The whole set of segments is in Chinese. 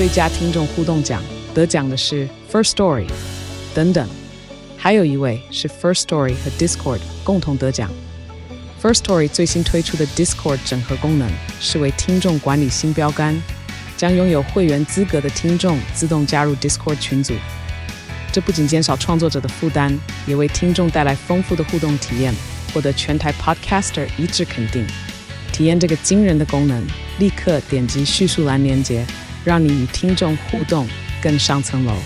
最佳听众互动奖，得奖的是 First Story 等等。还有一位是 First Story 和 Discord 共同得奖。First Story 最新推出的 Discord 整合功能是为听众管理新标杆，将拥有会员资格的听众自动加入 Discord 群组。这不仅减少创作者的负担，也为听众带来丰富的互动体验，获得全台 Podcaster 一致肯定。体验这个惊人的功能，立刻点击叙述栏连结，让你与听众互动更上层楼。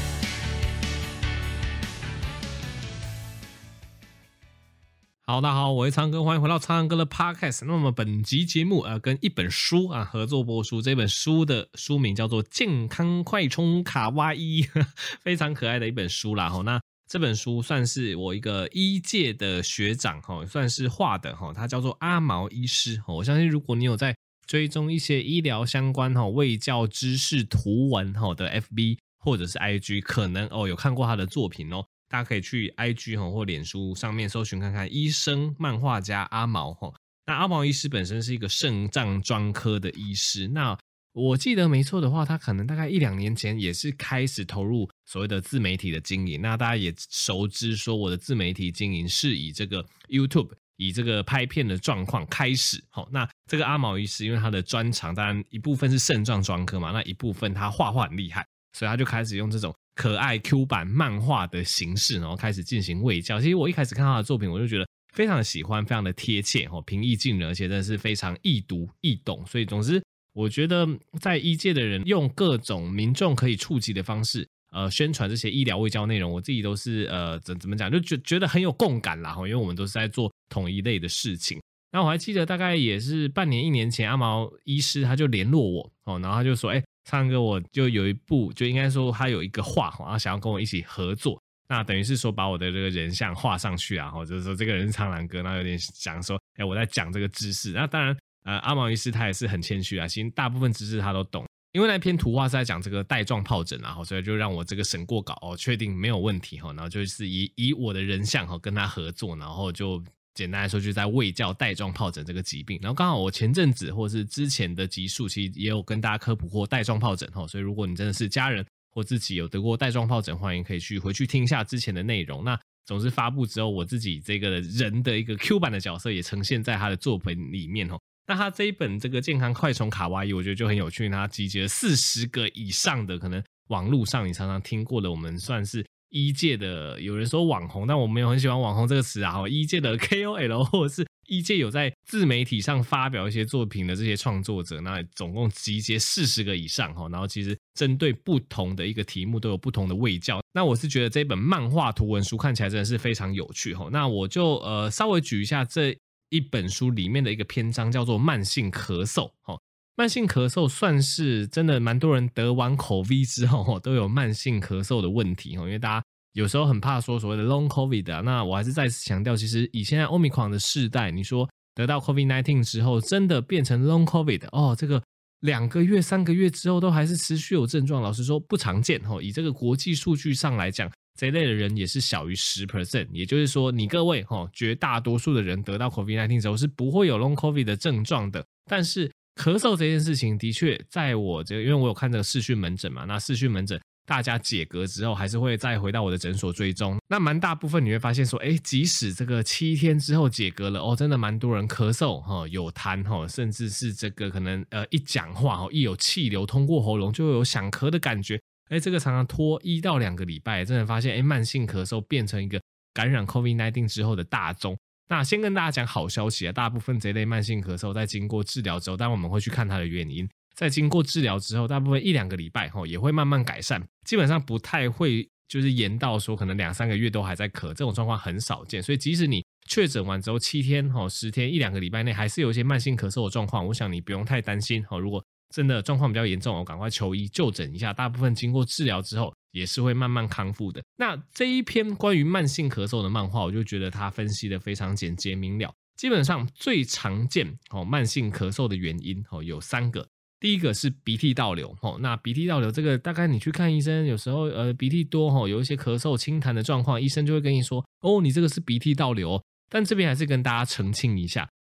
好，大家好，我是苍哥，欢迎回到苍哥的 Podcast。那么本集节目跟一本书合作播出，这本书的书名叫做《健康快充卡哇伊》，非常可爱的一本书啦。那这本书算是我一个医界的学长算是画的，他叫做阿毛医师。我相信如果你有在追踪一些医疗相关卫教知识图文的 FB 或者是 IG， 可能有看过他的作品大家可以去 IG 或脸书上面搜寻看看医生漫画家阿毛。那阿毛医师本身是一个肾脏专科的医师，那我记得没错的话，他可能大概1-2年前也是开始投入所谓的自媒体的经营。那大家也熟知说我的自媒体经营是以这个 YouTube 以这个拍片的状况开始。那这个阿毛医师因为他的专长当然一部分是肾脏专科嘛，那一部分他画画很厉害，所以他就开始用这种可爱 Q 版漫画的形式，然后开始进行卫教。其实我一开始看他的作品，我就觉得非常的喜欢，非常的贴切，平易近人，而且真的是非常易读易懂。所以总之我觉得在医界的人用各种民众可以触及的方式宣传这些医疗卫教内容，我自己都是怎么讲，就觉得很有共感啦，因为我们都是在做同一类的事情。那我还记得大概也是半年1年前，阿毛医师他就联络我然后他就说苍哥，我就有一部，就应该说他有一个画他想要跟我一起合作，那等于是说把我的这个人像画上去就是说这个人是苍兰哥，那有点讲说我在讲这个知识。那当然阿毛医师他也是很谦虚其实大部分知识他都懂，因为那篇图画是在讲这个带状疱疹所以就让我这个审过稿确定没有问题然后就是以我的人像跟他合作，然后就简单来说就是在卫教带状疱疹这个疾病。然后刚好我前阵子或是之前的集数其实也有跟大家科普过带状疱疹所以如果你真的是家人或自己有得过带状疱疹，欢迎可以回去听一下之前的内容。那总之发布之后，我自己这个人的一个 Q 版的角色也呈现在他的作品里面那他这一本这个健康快充卡哇伊，我觉得就很有趣，他集结了40个以上的可能网络上你常常听过的，我们算是医界的，有人说网红，但我没有很喜欢网红这个词医界的 KOL 或者是医界有在自媒体上发表一些作品的这些创作者，那总共集结40个以上然后其实针对不同的一个题目都有不同的卫教。那我是觉得这本漫画图文书看起来真的是非常有趣那我就稍微举一下这一本书里面的一个篇章，叫做慢性咳嗽慢性咳嗽算是真的蛮多人得完 COVID 之后都有慢性咳嗽的问题因为大家有时候很怕说所谓的 long COVID 那我还是再次强调，其实以现在 Omicron 的世代，你说得到 COVID-19 之后真的变成 long COVID 这个2个月3个月之后都还是持续有症状，老实说不常见以这个国际数据上来讲，这一类的人也是小于 10%， 也就是说你各位绝大多数的人得到 COVID-19 之后是不会有 long COVID 的症状的。但是咳嗽这件事情的确在我因为我有看这个视讯门诊嘛，那视讯门诊大家解隔之后还是会再回到我的诊所追踪，那蛮大部分你会发现说即使这个7天之后解隔了真的蛮多人咳嗽有痰甚至是这个可能一讲话一有气流通过喉咙就会有想咳的感觉这个常常拖1到2个礼拜，真的发现慢性咳嗽变成一个感染 COVID-19 之后的大宗。那先跟大家讲好消息大部分这类慢性咳嗽在经过治疗之后，当然我们会去看它的原因，在经过治疗之后大部分1-2个礼拜也会慢慢改善，基本上不太会就是延到说可能2-3个月都还在咳，这种状况很少见。所以即使你确诊完之后7天10天1-2个礼拜内还是有一些慢性咳嗽的状况，我想你不用太担心如果真的状况比较严重赶快求医就诊一下，大部分经过治疗之后也是会慢慢康复的。那这一篇关于慢性咳嗽的漫画，我就觉得它分析的非常简洁明了，基本上最常见慢性咳嗽的原因有3个。第一个是鼻涕倒流那鼻涕倒流这个大概你去看医生，有时候鼻涕多有一些咳嗽清痰的状况，医生就会跟你说你这个是鼻涕倒流但这边还是跟大家澄清一下，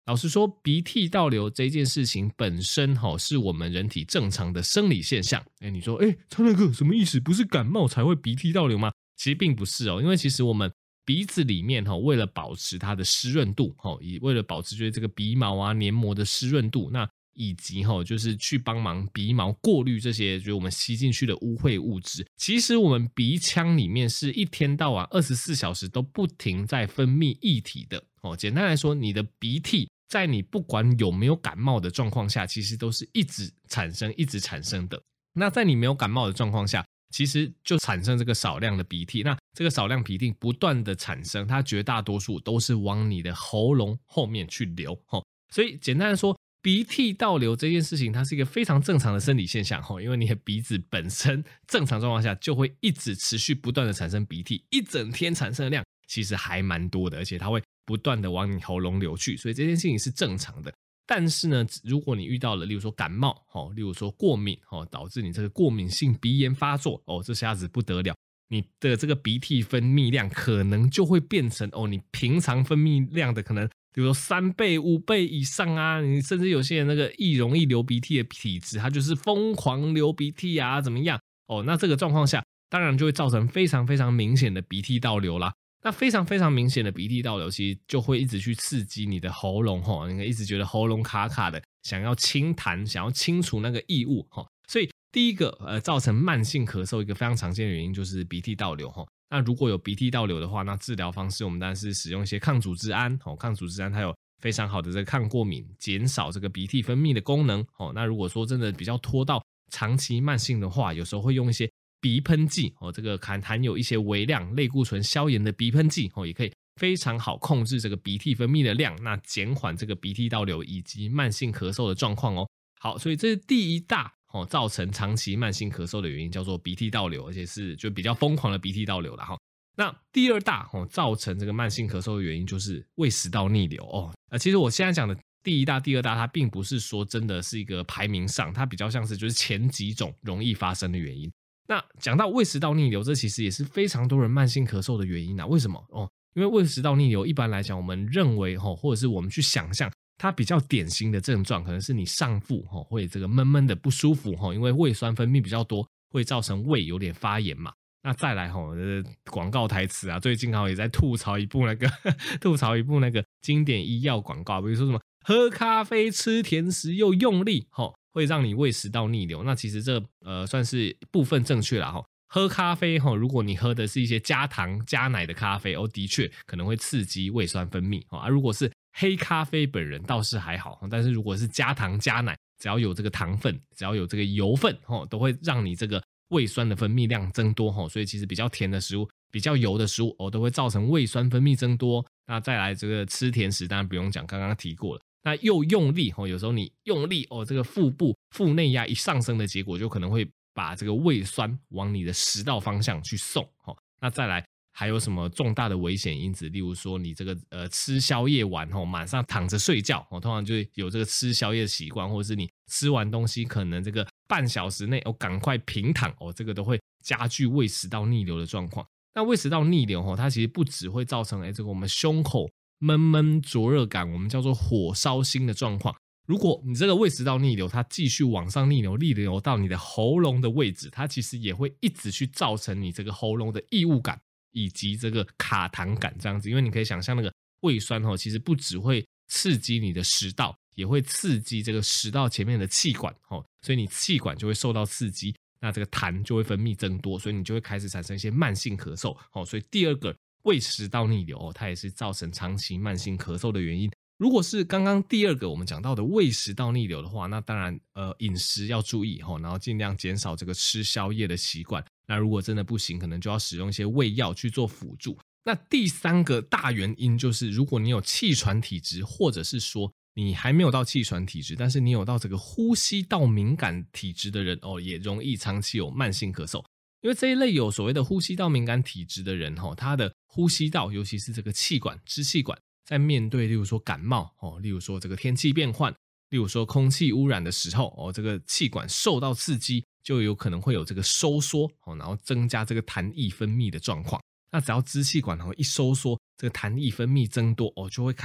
老实说，鼻涕倒流这件事情本身是我们人体正常的生理现象。你说超大哥什么意思？不是感冒才会鼻涕倒流吗？其实并不是因为其实我们鼻子里面为了保持它的湿润度为了保持就是这个鼻毛啊黏膜的湿润度，那以及就是去帮忙鼻毛过滤这些就是我们吸进去的污秽物质。其实我们鼻腔里面是一天到晚24小时都不停在分泌液体的简单来说，你的鼻涕在你不管有没有感冒的状况下，其实都是一直产生的。那在你没有感冒的状况下，其实就产生这个少量的鼻涕，那这个少量鼻涕不断的产生，它绝大多数都是往你的喉咙后面去流所以简单的说，鼻涕倒流这件事情它是一个非常正常的生理现象因为你的鼻子本身正常状况下就会一直持续不断的产生鼻涕，一整天产生的量其实还蛮多的，而且它会不断的往你喉咙流去，所以这件事情是正常的。但是呢，如果你遇到了例如说感冒例如说过敏导致你这个过敏性鼻炎发作这下子不得了，你的这个鼻涕分泌量可能就会变成你平常分泌量的可能比如说3倍5倍以上啊，你甚至有些人那个容易流鼻涕的体质，他就是疯狂流鼻涕啊怎么样那这个状况下当然就会造成非常非常明显的鼻涕倒流啦。那非常非常明显的鼻涕倒流，其实就会一直去刺激你的喉咙你会一直觉得喉咙卡卡的，想要清痰，想要清除那个异物所以第一个造成慢性咳嗽一个非常常见的原因就是鼻涕倒流那如果有鼻涕倒流的话，那治疗方式我们当然是使用一些抗组织胺抗组织胺它有非常好的这个抗过敏，减少这个鼻涕分泌的功能那如果说真的比较拖到长期慢性的话，有时候会用一些鼻喷剂这个含有一些微量类固醇消炎的鼻喷剂也可以非常好控制这个鼻涕分泌的量，那减缓这个鼻涕倒流以及慢性咳嗽的状况好，所以这是第一大造成长期慢性咳嗽的原因，叫做鼻涕倒流，而且是就比较疯狂的鼻涕倒流啦那第二大造成这个慢性咳嗽的原因就是胃食道逆流其实我现在讲的第一大第二大它并不是说真的是一个排名上，它比较像是就是前几种容易发生的原因。那讲到胃食道逆流，这其实也是非常多人慢性咳嗽的原因为什么因为胃食道逆流一般来讲我们认为或者是我们去想象它比较典型的症状可能是你上腹会这个闷闷的不舒服因为胃酸分泌比较多，会造成胃有点发炎嘛。那再来广告台词啊，最近也在吐槽一部那个经典医药广告，比如说什么喝咖啡吃甜食又用力会让你胃食道逆流。那其实这算是部分正确啦喝咖啡如果你喝的是一些加糖加奶的咖啡的确可能会刺激胃酸分泌如果是黑咖啡本人倒是还好，但是如果是加糖加奶，只要有这个糖分，只要有这个油分都会让你这个胃酸的分泌量增多所以其实比较甜的食物比较油的食物都会造成胃酸分泌增多。那再来这个吃甜食当然不用讲，刚刚提过了。那又用力有时候你用力这个腹内压一上升的结果，就可能会把这个胃酸往你的食道方向去送那再来还有什么重大的危险因子，例如说你这个吃宵夜完马上躺着睡觉通常就有这个吃宵夜的习惯，或者是你吃完东西可能这个半小时内赶快平躺这个都会加剧胃食道逆流的状况。那胃食道逆流它其实不只会造成这个我们胸口闷闷灼热感，我们叫做火烧心的状况。如果你这个胃食道逆流它继续往上逆流到你的喉咙的位置，它其实也会一直去造成你这个喉咙的异物感以及这个卡痰感这样子。因为你可以想象那个胃酸其实不只会刺激你的食道，也会刺激这个食道前面的气管所以你气管就会受到刺激，那这个痰就会分泌增多，所以你就会开始产生一些慢性咳嗽所以第二个胃食道逆流它也是造成长期慢性咳嗽的原因。如果是刚刚第二个我们讲到的胃食道逆流的话，那当然饮食要注意然后尽量减少这个吃宵夜的习惯。那如果真的不行，可能就要使用一些胃药去做辅助。那第三个大原因就是如果你有气喘体质，或者是说你还没有到气喘体质，但是你有到这个呼吸道敏感体质的人也容易长期有慢性咳嗽。因为这一类有所谓的呼吸道敏感体质的人他的呼吸道尤其是这个气管支气管在面对例如说感冒例如说这个天气变换，例如说空气污染的时候这个气管受到刺激，就有可能会有这个收缩然后增加这个痰液分泌的状况。那只要支气管一收缩，这个痰液分泌增多就会开始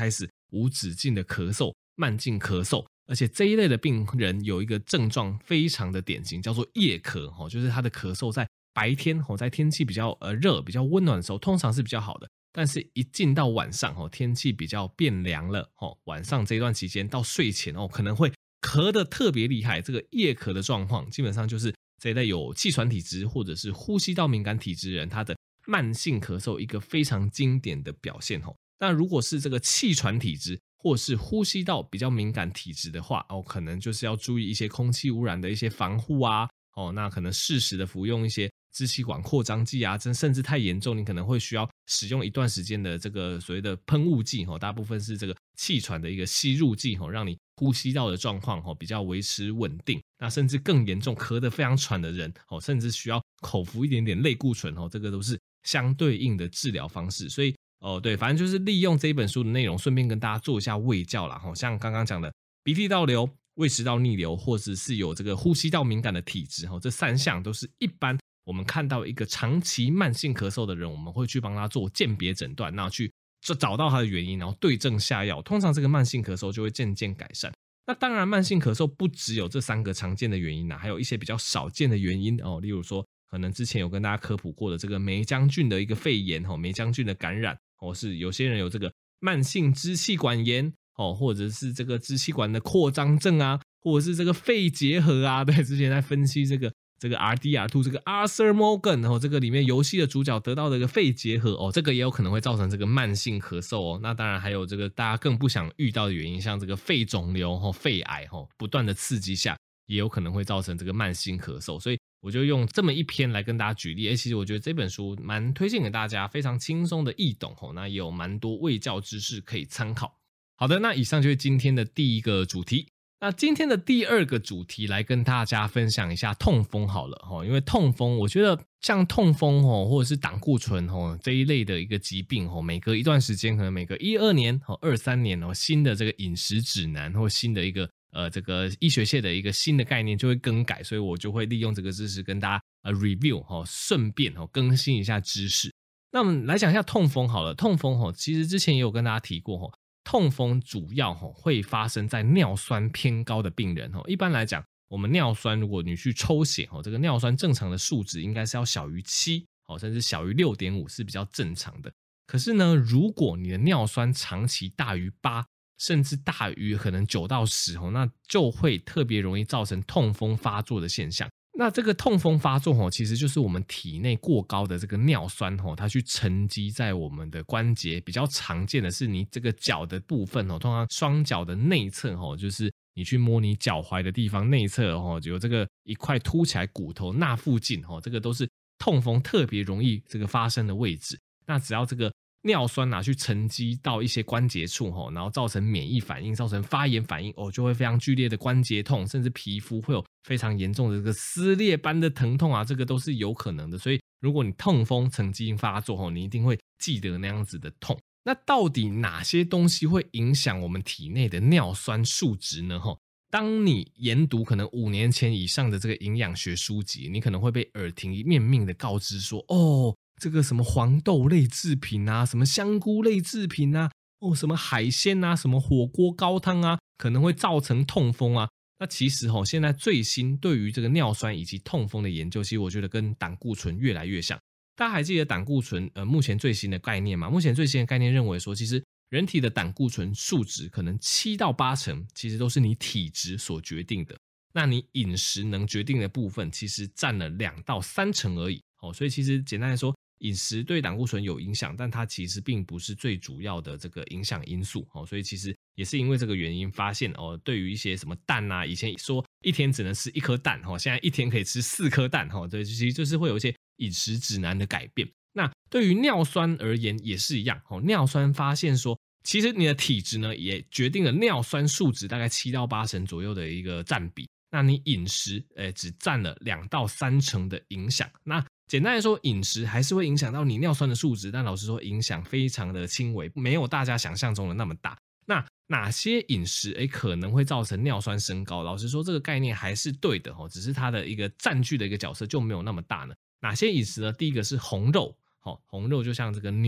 无止境的咳嗽、慢性咳嗽，而且这一类的病人有一个症状非常的典型，叫做夜咳，就是他的咳嗽在白天在天气比较热、比较温暖的时候，通常是比较好的。但是一进到晚上天气比较变凉了晚上这段期间到睡前可能会咳得特别厉害。这个夜咳的状况基本上就是这一类有气喘体质或者是呼吸道敏感体质人他的慢性咳嗽一个非常经典的表现。那如果是这个气喘体质或是呼吸道比较敏感体质的话可能就是要注意一些空气污染的一些防护啊那可能适时的服用一些支气管扩张剂啊，甚至太严重你可能会需要使用一段时间的这个所谓的喷雾剂大部分是这个气喘的一个吸入剂让你呼吸道的状况比较维持稳定。那甚至更严重咳得非常喘的人甚至需要口服一点点类固醇这个都是相对应的治疗方式。所以对，反正就是利用这一本书的内容顺便跟大家做一下卫教啦像刚刚讲的鼻涕倒流、胃食道逆流或者是有这个呼吸道敏感的体质这3项都是一般我们看到一个长期慢性咳嗽的人，我们会去帮他做鉴别诊断，然后去找到他的原因，然后对症下药，通常这个慢性咳嗽就会渐渐改善。那当然慢性咳嗽不只有这3个常见的原因还有一些比较少见的原因例如说可能之前有跟大家科普过的这个梅将军的一个肺炎梅将军的感染是有些人有这个慢性支气管炎或者是这个支气管的扩张症啊，或者是这个肺结核啊。对，之前在分析这个 RD-R2 这个 Arthur Morgan 这个里面游戏的主角得到的一个肺结核这个也有可能会造成这个慢性咳嗽那当然还有这个大家更不想遇到的原因，像这个肺肿瘤肺癌不断的刺激下也有可能会造成这个慢性咳嗽。所以我就用这么一篇来跟大家举例其实我觉得这本书蛮推荐给大家，非常轻松的易懂那也有蛮多卫教知识可以参考。好的，那以上就是今天的第一个主题。那今天的第二个主题来跟大家分享一下痛风好了因为痛风我觉得像痛风或者是胆固醇这一类的一个疾病每隔一段时间可能每隔1-2年2-3年新的这个饮食指南或新的一个这个医学界的一个新的概念就会更改，所以我就会利用这个知识跟大家review 顺便更新一下知识。那我们来讲一下痛风好了。痛风其实之前也有跟大家提过痛风主要会发生在尿酸偏高的病人一般来讲我们尿酸如果你去抽血这个尿酸正常的数值应该是要小于7甚至小于 6.5 是比较正常的。可是呢如果你的尿酸长期大于8甚至大于可能9到10那就会特别容易造成痛风发作的现象。那这个痛风发作其实就是我们体内过高的这个尿酸它去沉积在我们的关节，比较常见的是你这个脚的部分通常双脚的内侧就是你去摸你脚踝的地方内侧有这个一块凸起来骨头那附近这个都是痛风特别容易这个发生的位置。那只要这个尿酸拿去沉积到一些关节处然后造成免疫反应，造成发炎反应就会非常剧烈的关节痛，甚至皮肤会有非常严重的这个撕裂般的疼痛这个都是有可能的。所以如果你痛风曾经发作你一定会记得那样子的痛。那到底哪些东西会影响我们体内的尿酸数值呢？当你研读可能5年前以上的这个营养学书籍，你可能会被耳提面命的告知说这个什么黄豆类制品啊，什么香菇类制品啊，什么海鲜啊，什么火锅高汤啊，可能会造成痛风啊。那其实现在最新对于这个尿酸以及痛风的研究，其实我觉得跟胆固醇越来越像。大家还记得胆固醇目前最新的概念吗？目前最新的概念认为说，其实人体的胆固醇数值可能7到8成其实都是你体质所决定的，那你饮食能决定的部分其实占了2到3成而已所以其实简单来说，饮食对胆固醇有影响，但它其实并不是最主要的这个影响因素所以其实也是因为这个原因发现对于一些什么蛋啊，以前说一天只能吃1颗蛋现在一天可以吃4颗蛋对，其实就是会有一些饮食指南的改变。那对于尿酸而言也是一样尿酸发现说其实你的体质呢也决定了尿酸数值大概7到8成左右的一个占比，那你饮食只占了2到3成的影响。那简单来说，饮食还是会影响到你尿酸的数值，但老实说影响非常的轻微，没有大家想象中的那么大。那哪些饮食可能会造成尿酸升高？老实说这个概念还是对的只是它的一个占据的一个角色就没有那么大呢。哪些饮食呢？第一个是红肉红肉就像这个牛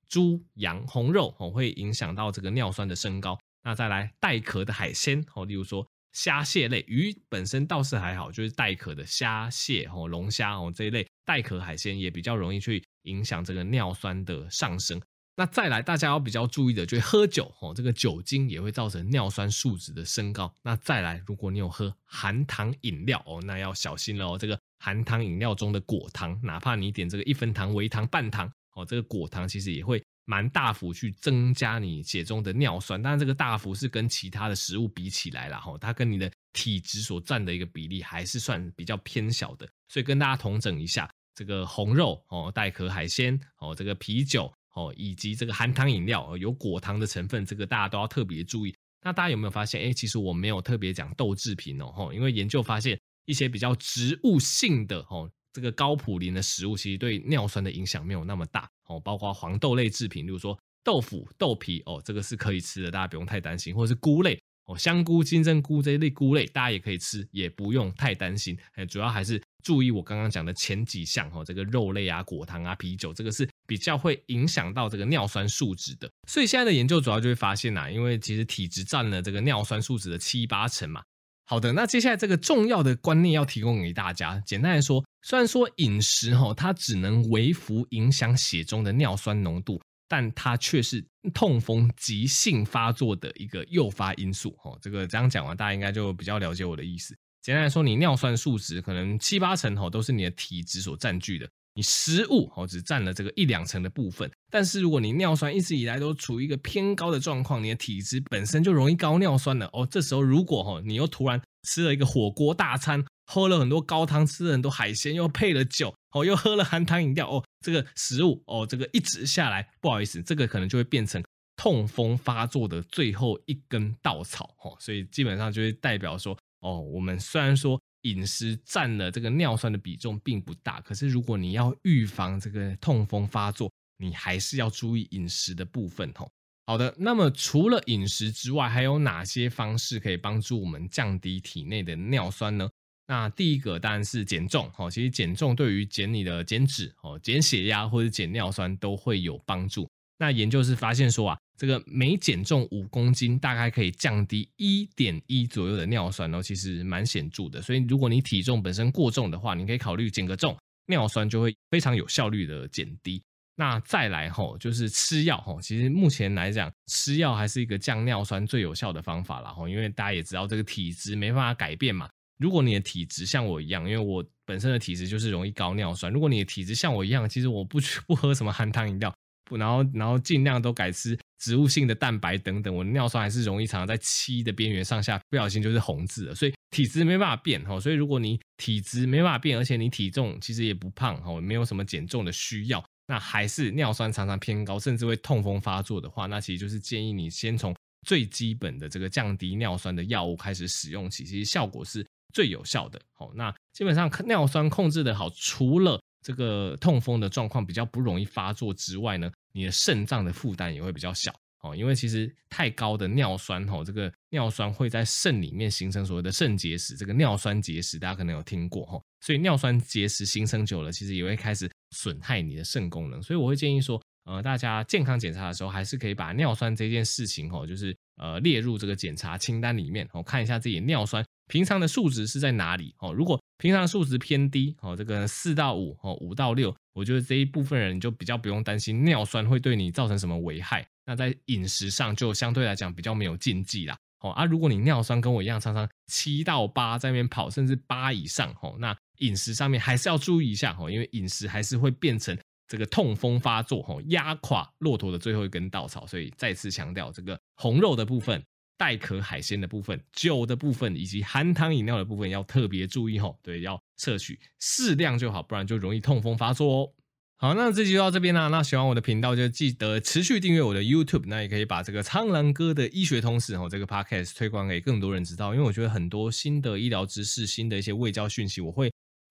猪、羊、红肉会影响到这个尿酸的升高。那再来带壳的海鲜，例如说虾蟹类，鱼本身倒是还好，就是带壳的虾蟹、龙虾这一类带壳海鲜也比较容易去影响这个尿酸的上升。那再来大家要比较注意的就是喝酒，这个酒精也会造成尿酸数值的升高。那再来如果你有喝含糖饮料，那要小心了这个含糖饮料中的果糖，哪怕你点这个1分糖、微糖、半糖，这个果糖其实也会蛮大幅去增加你血中的尿酸。当然这个大幅是跟其他的食物比起来啦，它跟你的体质所占的一个比例还是算比较偏小的。所以跟大家统整一下，这个红肉、带壳海鲜、这个啤酒以及这个含糖饮料有果糖的成分，这个大家都要特别注意。那大家有没有发现其实我没有特别讲豆制品因为研究发现一些比较植物性的这个高普林的食物其实对尿酸的影响没有那么大包括黄豆类制品，例如说豆腐、豆皮这个是可以吃的，大家不用太担心。或者是菇类香菇、金针菇这一类菇类大家也可以吃，也不用太担心。主要还是注意我刚刚讲的前几项这个肉类啊、果糖啊、啤酒，这个是比较会影响到这个尿酸数值的。所以现在的研究主要就会发现因为其实体质占了这个尿酸数值的7-8成嘛。好的，那接下来这个重要的观念要提供给大家。简单来说，虽然说饮食它只能微幅影响血中的尿酸浓度，但它却是痛风急性发作的一个诱发因素这个这样讲完大家应该就比较了解我的意思。简单来说，你尿酸数值可能7-8成都是你的体质所占据的，你食物只占了这个1-2成的部分。但是如果你尿酸一直以来都处于一个偏高的状况，你的体质本身就容易高尿酸了这时候如果你又突然吃了一个火锅大餐，喝了很多高汤，吃了很多海鲜，又配了酒又喝了含糖饮料这个食物这个一直下来，不好意思，这个可能就会变成痛风发作的最后一根稻草所以基本上就会代表说我们虽然说饮食占了这个尿酸的比重并不大，可是如果你要预防这个痛风发作，你还是要注意饮食的部分好的，那么除了饮食之外，还有哪些方式可以帮助我们降低体内的尿酸呢？那第一个当然是减重其实减重对于减你的减脂减血压或者减尿酸都会有帮助。那研究是发现说这个每减重5公斤大概可以降低 1.1 左右的尿酸其实蛮显著的。所以如果你体重本身过重的话，你可以考虑减个重，尿酸就会非常有效率的减低。那再来就是吃药其实目前来讲吃药还是一个降尿酸最有效的方法啦因为大家也知道这个体质没办法改变嘛。如果你的体质像我一样，因为我本身的体质就是容易高尿酸，如果你的体质像我一样，其实我不喝什么含糖饮料，然后尽量都改吃植物性的蛋白等等，我的尿酸还是容易常常在7的边缘上下，不小心就是红字了。所以体质没办法变所以如果你体质没办法变，而且你体重其实也不胖没有什么减重的需要，那还是尿酸常常偏高，甚至会痛风发作的话，那其实就是建议你先从最基本的这个降低尿酸的药物开始使用起，其实效果是最有效的那基本上尿酸控制的好，除了这个痛风的状况比较不容易发作之外呢，你的肾脏的负担也会比较小因为其实太高的尿酸这个尿酸会在肾里面形成所谓的肾结石，这个尿酸结石大家可能有听过所以尿酸结石形成久了，其实也会开始损害你的肾功能。所以我会建议说大家健康检查的时候还是可以把尿酸这件事情就是列入这个检查清单里面看一下自己的尿酸平常的数值是在哪里如果平常数值偏低这个4到5 5到6，我觉得这一部分人就比较不用担心尿酸会对你造成什么危害。那在饮食上就相对来讲比较没有禁忌啦如果你尿酸跟我一样常常7到8在那边跑，甚至8以上那饮食上面还是要注意一下因为饮食还是会变成这个痛风发作压垮骆驼的最后一根稻草。所以再次强调，这个红肉的部分、带壳海鲜的部分、酒的部分以及含糖饮料的部分要特别注意对，要摄取适量就好，不然就容易痛风发作好，那这集就到这边啦。那喜欢我的频道就记得持续订阅我的 YouTube， 那也可以把这个苍狼哥的医学通识这个 Podcast 推广给更多人知道。因为我觉得很多新的医疗知识、新的一些卫教讯息，我会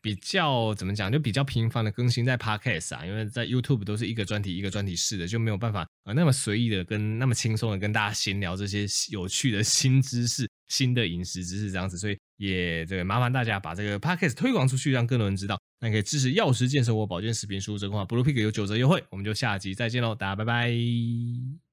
比较怎么讲，就比较频繁的更新在 Podcast 啊，因为在 YouTube 都是一个专题一个专题式的，就没有办法那么随意的跟那么轻松的跟大家闲聊这些有趣的新知识、新的饮食知识这样子，所以也这个麻烦大家把这个 Podcast 推广出去，让更多人知道。那可以支持药师健生活保健食品输入折扣码 Blue Pig 有9折优惠，我们就下集再见喽，大家拜拜。